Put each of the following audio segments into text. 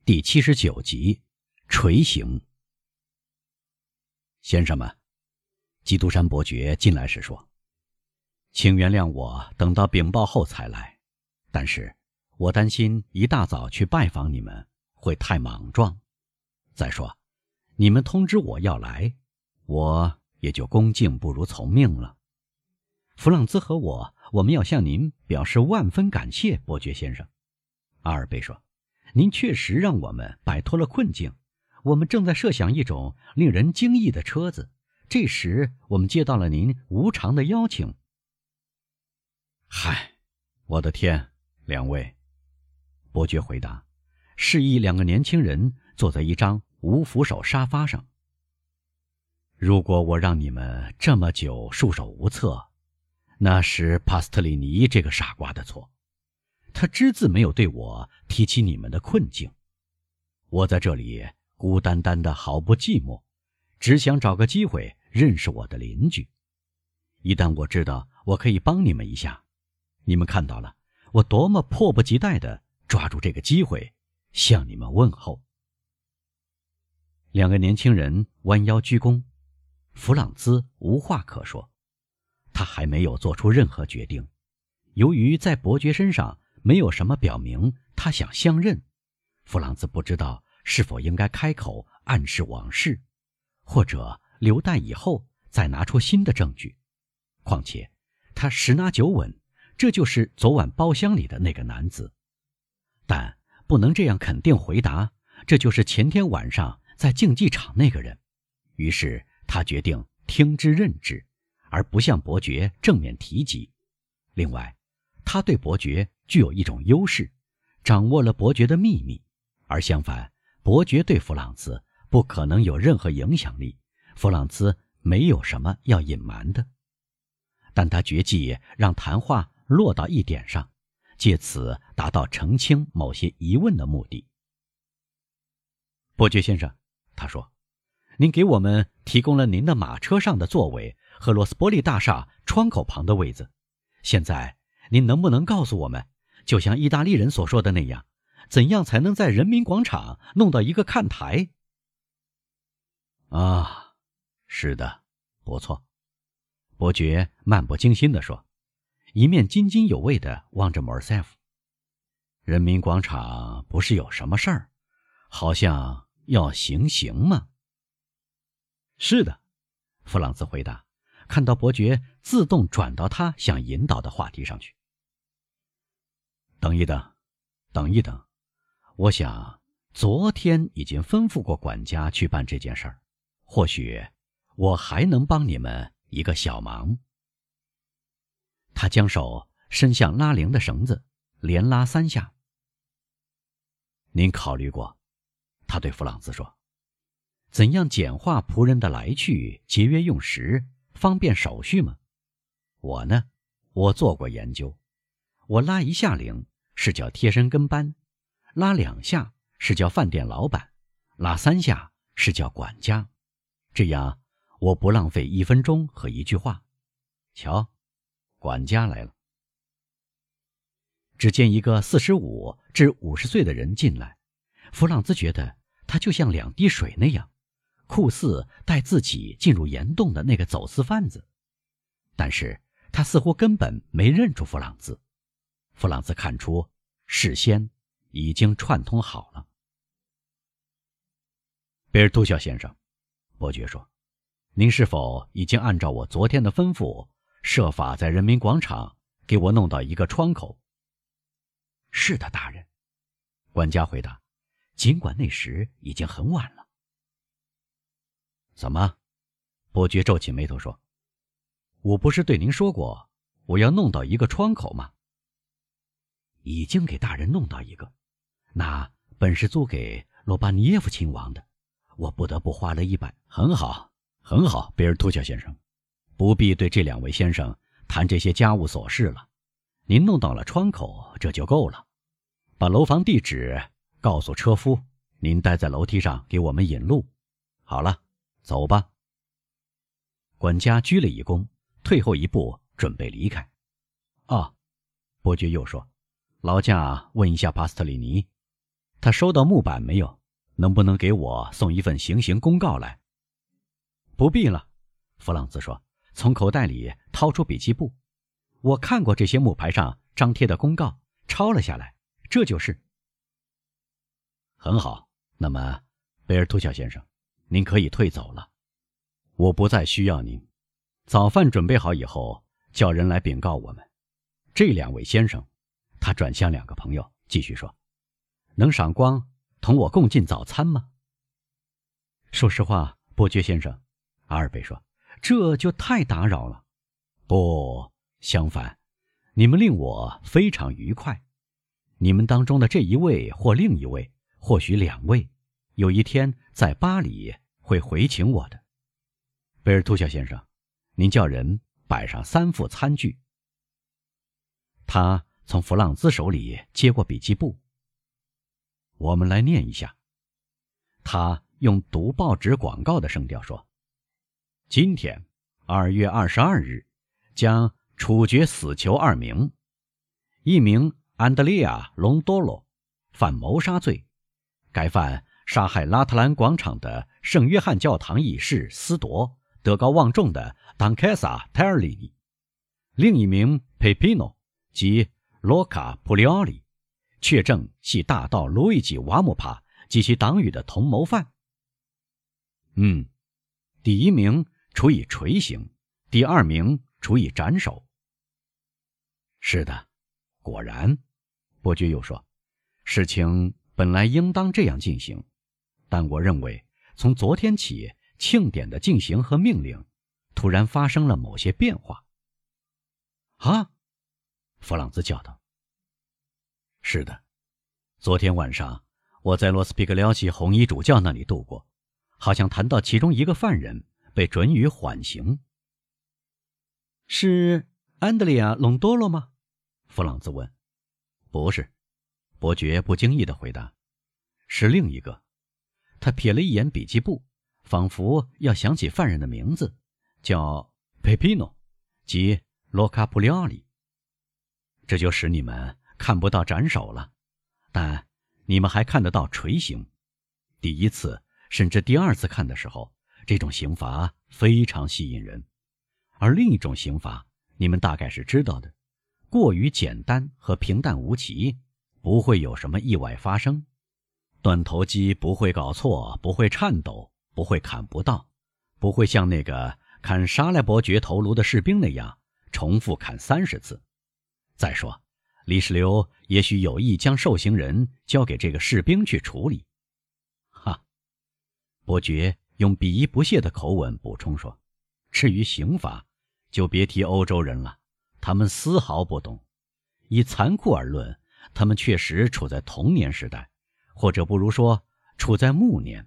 第79集，锤刑。先生们，基督山伯爵进来时说，请原谅我等到禀报后才来，但是我担心一大早去拜访你们会太莽撞。再说，你们通知我要来，我也就恭敬不如从命了。弗朗兹和我们要向您表示万分感谢，伯爵先生。阿尔贝说，您确实让我们摆脱了困境，我们正在设想一种令人惊异的车子，这时我们接到了您无偿的邀请。嗨，我的天，两位，伯爵回答，示意两个年轻人坐在一张无扶手沙发上。如果我让你们这么久束手无策，那是帕斯特里尼这个傻瓜的错，他只字没有对我提起你们的困境。我在这里孤单单的毫不寂寞，只想找个机会认识我的邻居。一旦我知道我可以帮你们一下，你们看到了我多么迫不及待地抓住这个机会向你们问候。两个年轻人弯腰鞠躬，弗朗兹无话可说，他还没有做出任何决定。由于在伯爵身上没有什么表明他想相认，弗朗兹不知道是否应该开口暗示往事，或者留待以后再拿出新的证据。况且他十拿九稳，这就是昨晚包厢里的那个男子。但不能这样肯定回答，这就是前天晚上在竞技场那个人。于是他决定听之任之，而不向伯爵正面提及。另外，他对伯爵具有一种优势，掌握了伯爵的秘密，而相反，伯爵对弗朗兹不可能有任何影响力，弗朗兹没有什么要隐瞒的。但他决计让谈话落到一点上，借此达到澄清某些疑问的目的。伯爵先生，他说，您给我们提供了您的马车上的座位和罗斯伯利大厦窗口旁的位子，现在您能不能告诉我们，就像意大利人所说的那样，怎样才能在人民广场弄到一个看台？啊，是的，不错，伯爵漫不经心地说，一面津津有味地望着莫尔塞夫。人民广场不是有什么事儿，好像要行刑吗？是的，弗朗兹回答，看到伯爵自动转到他想引导的话题上去。等一等，等一等，我想昨天已经吩咐过管家去办这件事儿，或许我还能帮你们一个小忙。他将手伸向拉铃的绳子，连拉3下。您考虑过，他对弗朗兹说，怎样简化仆人的来去，节约用时，方便手续吗？我呢，我做过研究，我拉1下铃是叫贴身跟班，拉2下是叫饭店老板，拉3下是叫管家，这样我不浪费1分钟和1句话。瞧，管家来了。只见一个45至50岁的人进来，弗朗兹觉得他就像2滴水那样，酷似带自己进入岩洞的那个走私贩子。但是他似乎根本没认出弗朗兹。弗朗兹看出事先已经串通好了。贝尔图肖先生，伯爵说，您是否已经按照我昨天的吩咐，设法在人民广场给我弄到一个窗口？是的，大人，管家回答，尽管那时已经很晚了。怎么？伯爵皱起眉头说，我不是对您说过我要弄到一个窗口吗？已经给大人弄到一个，那本是租给罗巴尼耶夫亲王的，我不得不花了100。很好，很好，贝尔图肖先生，不必对这2位先生谈这些家务琐事了，您弄到了窗口，这就够了。把楼房地址告诉车夫，您待在楼梯上给我们引路。好了，走吧。管家鞠了一躬，退后1步，准备离开。伯爵又说，劳驾问一下帕斯特里尼。 他收到木板没有？能不能给我送一份行刑公告来？不必了，弗朗兹说，从口袋里掏出笔记簿。我看过这些木牌上张贴的公告，抄了下来，这就是。很好，那么贝尔图小先生，您可以退走了，我不再需要您。早饭准备好以后，叫人来禀告我们。这两位先生，他转向两个朋友，继续说，能赏光同我共进早餐吗？说实话，伯爵先生，阿尔贝说，这就太打扰了。不，相反，你们令我非常愉快。你们当中的这一位或另一位，或许两位，有一天在巴黎会回请我的。贝尔图小先生，您叫人摆上3副餐具。他从弗朗兹手里接过笔记簿。我们来念一下。他用读报纸广告的声调说，今天2月22日将处决死囚2名，一名安德烈亚·隆多罗犯谋杀罪，该犯杀害拉特兰广场的圣约翰教堂议事斯铎德高望重的当凯撒·泰尔里尼，另一名佩皮诺及罗卡普里奥里确证系大盗路易吉·瓦姆帕及其党羽的同谋犯。第一名处以锤刑，第2名处以斩首。是的，果然，伯爵又说，事情本来应当这样进行，但我认为从昨天起，庆典的进行和命令突然发生了某些变化。啊，弗朗兹叫道。是的，昨天晚上我在罗斯皮格廖奇红衣主教那里度过，好像谈到其中一个犯人被准予缓刑。是安德烈亚·隆多罗吗？弗朗兹问。不是，伯爵不经意地回答，是另一个。他瞥了一眼笔记簿，仿佛要想起犯人的名字，叫佩皮诺及罗卡普里奥里。这就使你们看不到斩首了，但你们还看得到锤刑。第一次甚至第2次看的时候，这种刑罚非常吸引人。而另一种刑罚你们大概是知道的，过于简单和平淡无奇，不会有什么意外发生。断头机不会搞错，不会颤抖，不会砍不到，不会像那个砍沙莱伯爵头颅的士兵那样重复砍30次。再说，黎世留也许有意将受刑人交给这个士兵去处理。哈，伯爵用鄙夷不屑的口吻补充说，至于刑罚，就别提欧洲人了，他们丝毫不懂。以残酷而论，他们确实处在童年时代，或者不如说处在暮年。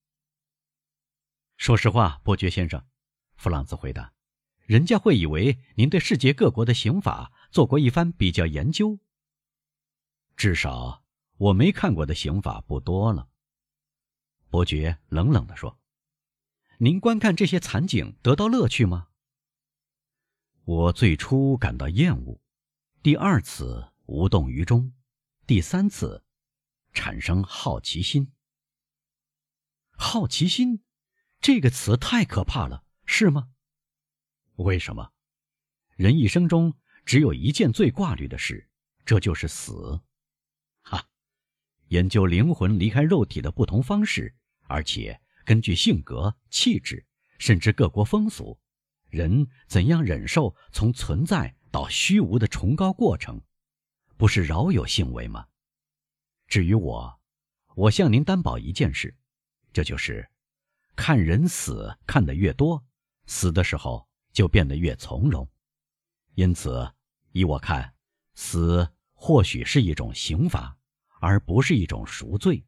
说实话，伯爵先生，弗朗兹回答，人家会以为您对世界各国的刑法做过一番比较研究。至少我没看过的刑法不多了。伯爵冷冷地说，您观看这些惨景得到乐趣吗？我最初感到厌恶，第2次无动于衷，第3次产生好奇心。好奇心这个词太可怕了，是吗？为什么？人一生中只有一件最挂虑的事，这就是死。哈，研究灵魂离开肉体的不同方式，而且根据性格、气质，甚至各国风俗，人怎样忍受从存在到虚无的崇高过程，不是饶有兴味吗？至于我向您担保一件事，这就是看人死看得越多，死的时候就变得越从容。因此，依我看，死或许是一种刑罚，而不是一种赎罪。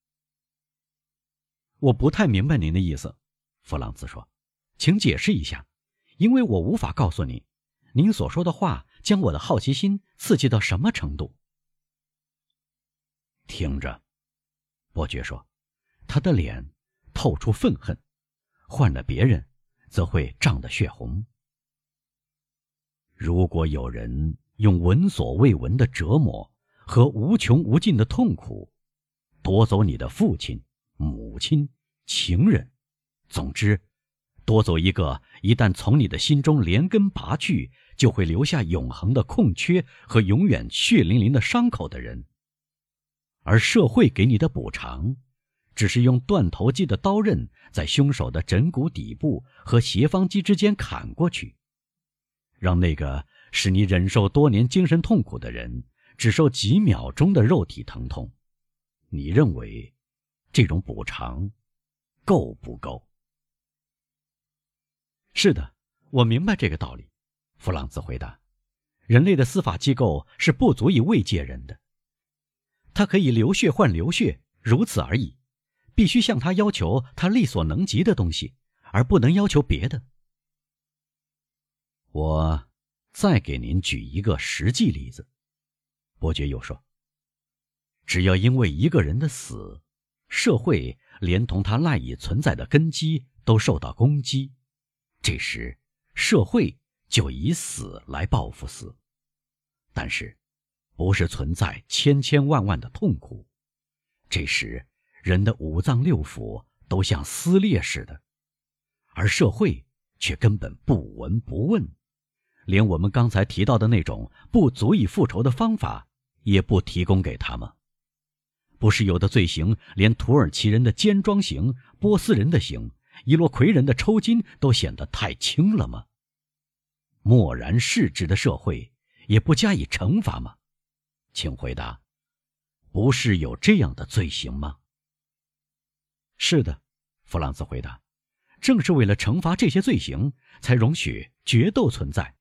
我不太明白您的意思，弗朗兹说，请解释一下，因为我无法告诉你，您所说的话将我的好奇心刺激到什么程度。听着，伯爵说，他的脸透出愤恨，换了别人则会涨得血红。如果有人用闻所未闻的折磨和无穷无尽的痛苦夺走你的父亲、母亲、情人，总之，夺走一个一旦从你的心中连根拔去，就会留下永恒的空缺和永远血淋淋的伤口的人。而社会给你的补偿，只是用断头机的刀刃在凶手的枕骨底部和斜方肌之间砍过去，让那个使你忍受多年精神痛苦的人只受几秒钟的肉体疼痛。你认为这种补偿够不够？是的，我明白这个道理，弗朗兹回答。人类的司法机构是不足以慰藉人的，他可以流血换流血，如此而已，必须向他要求他力所能及的东西，而不能要求别的。我再给您举一个实际例子，伯爵又说，只要因为一个人的死，社会连同他赖以存在的根基都受到攻击，这时社会就以死来报复死。但是不是存在千千万万的痛苦，这时人的五脏六腑都像撕裂似的，而社会却根本不闻不问，连我们刚才提到的那种不足以复仇的方法也不提供给他们。不是有的罪行连土耳其人的肩装刑、波斯人的刑、伊洛魁人的抽筋都显得太轻了吗？漠然视之的社会也不加以惩罚吗？请回答，不是有这样的罪行吗？是的，弗朗兹回答，正是为了惩罚这些罪行，才容许决斗存在。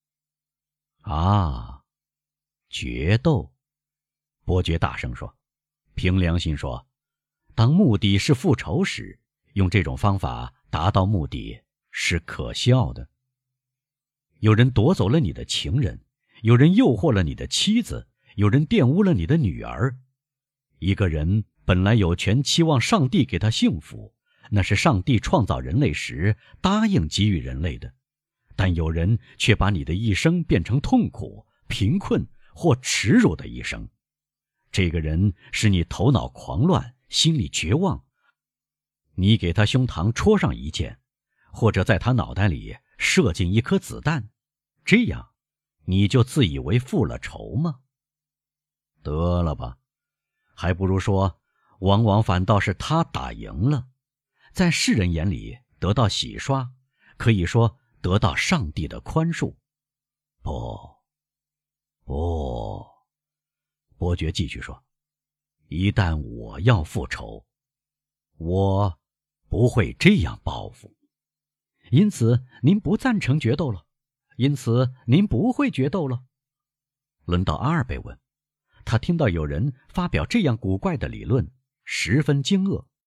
啊，决斗，伯爵大声说，凭良心说，当目的是复仇时，用这种方法达到目的是可笑的。有人夺走了你的情人，有人诱惑了你的妻子，有人玷污了你的女儿。一个人本来有权期望上帝给他幸福，那是上帝创造人类时答应给予人类的，但有人却把你的一生变成痛苦、贫困或耻辱的一生。这个人使你头脑狂乱，心里绝望，你给他胸膛戳上一箭，或者在他脑袋里射进一颗子弹，这样你就自以为复了仇吗？得了吧，还不如说，往往反倒是他打赢了，在世人眼里得到洗刷，可以说得到上帝的宽恕。不，伯爵继续说，一旦我要复仇，我不会这样报复。因此您不赞成决斗了，因此您不会决斗了。轮到阿尔贝问，他听到有人发表这样古怪的理论，十分惊愕。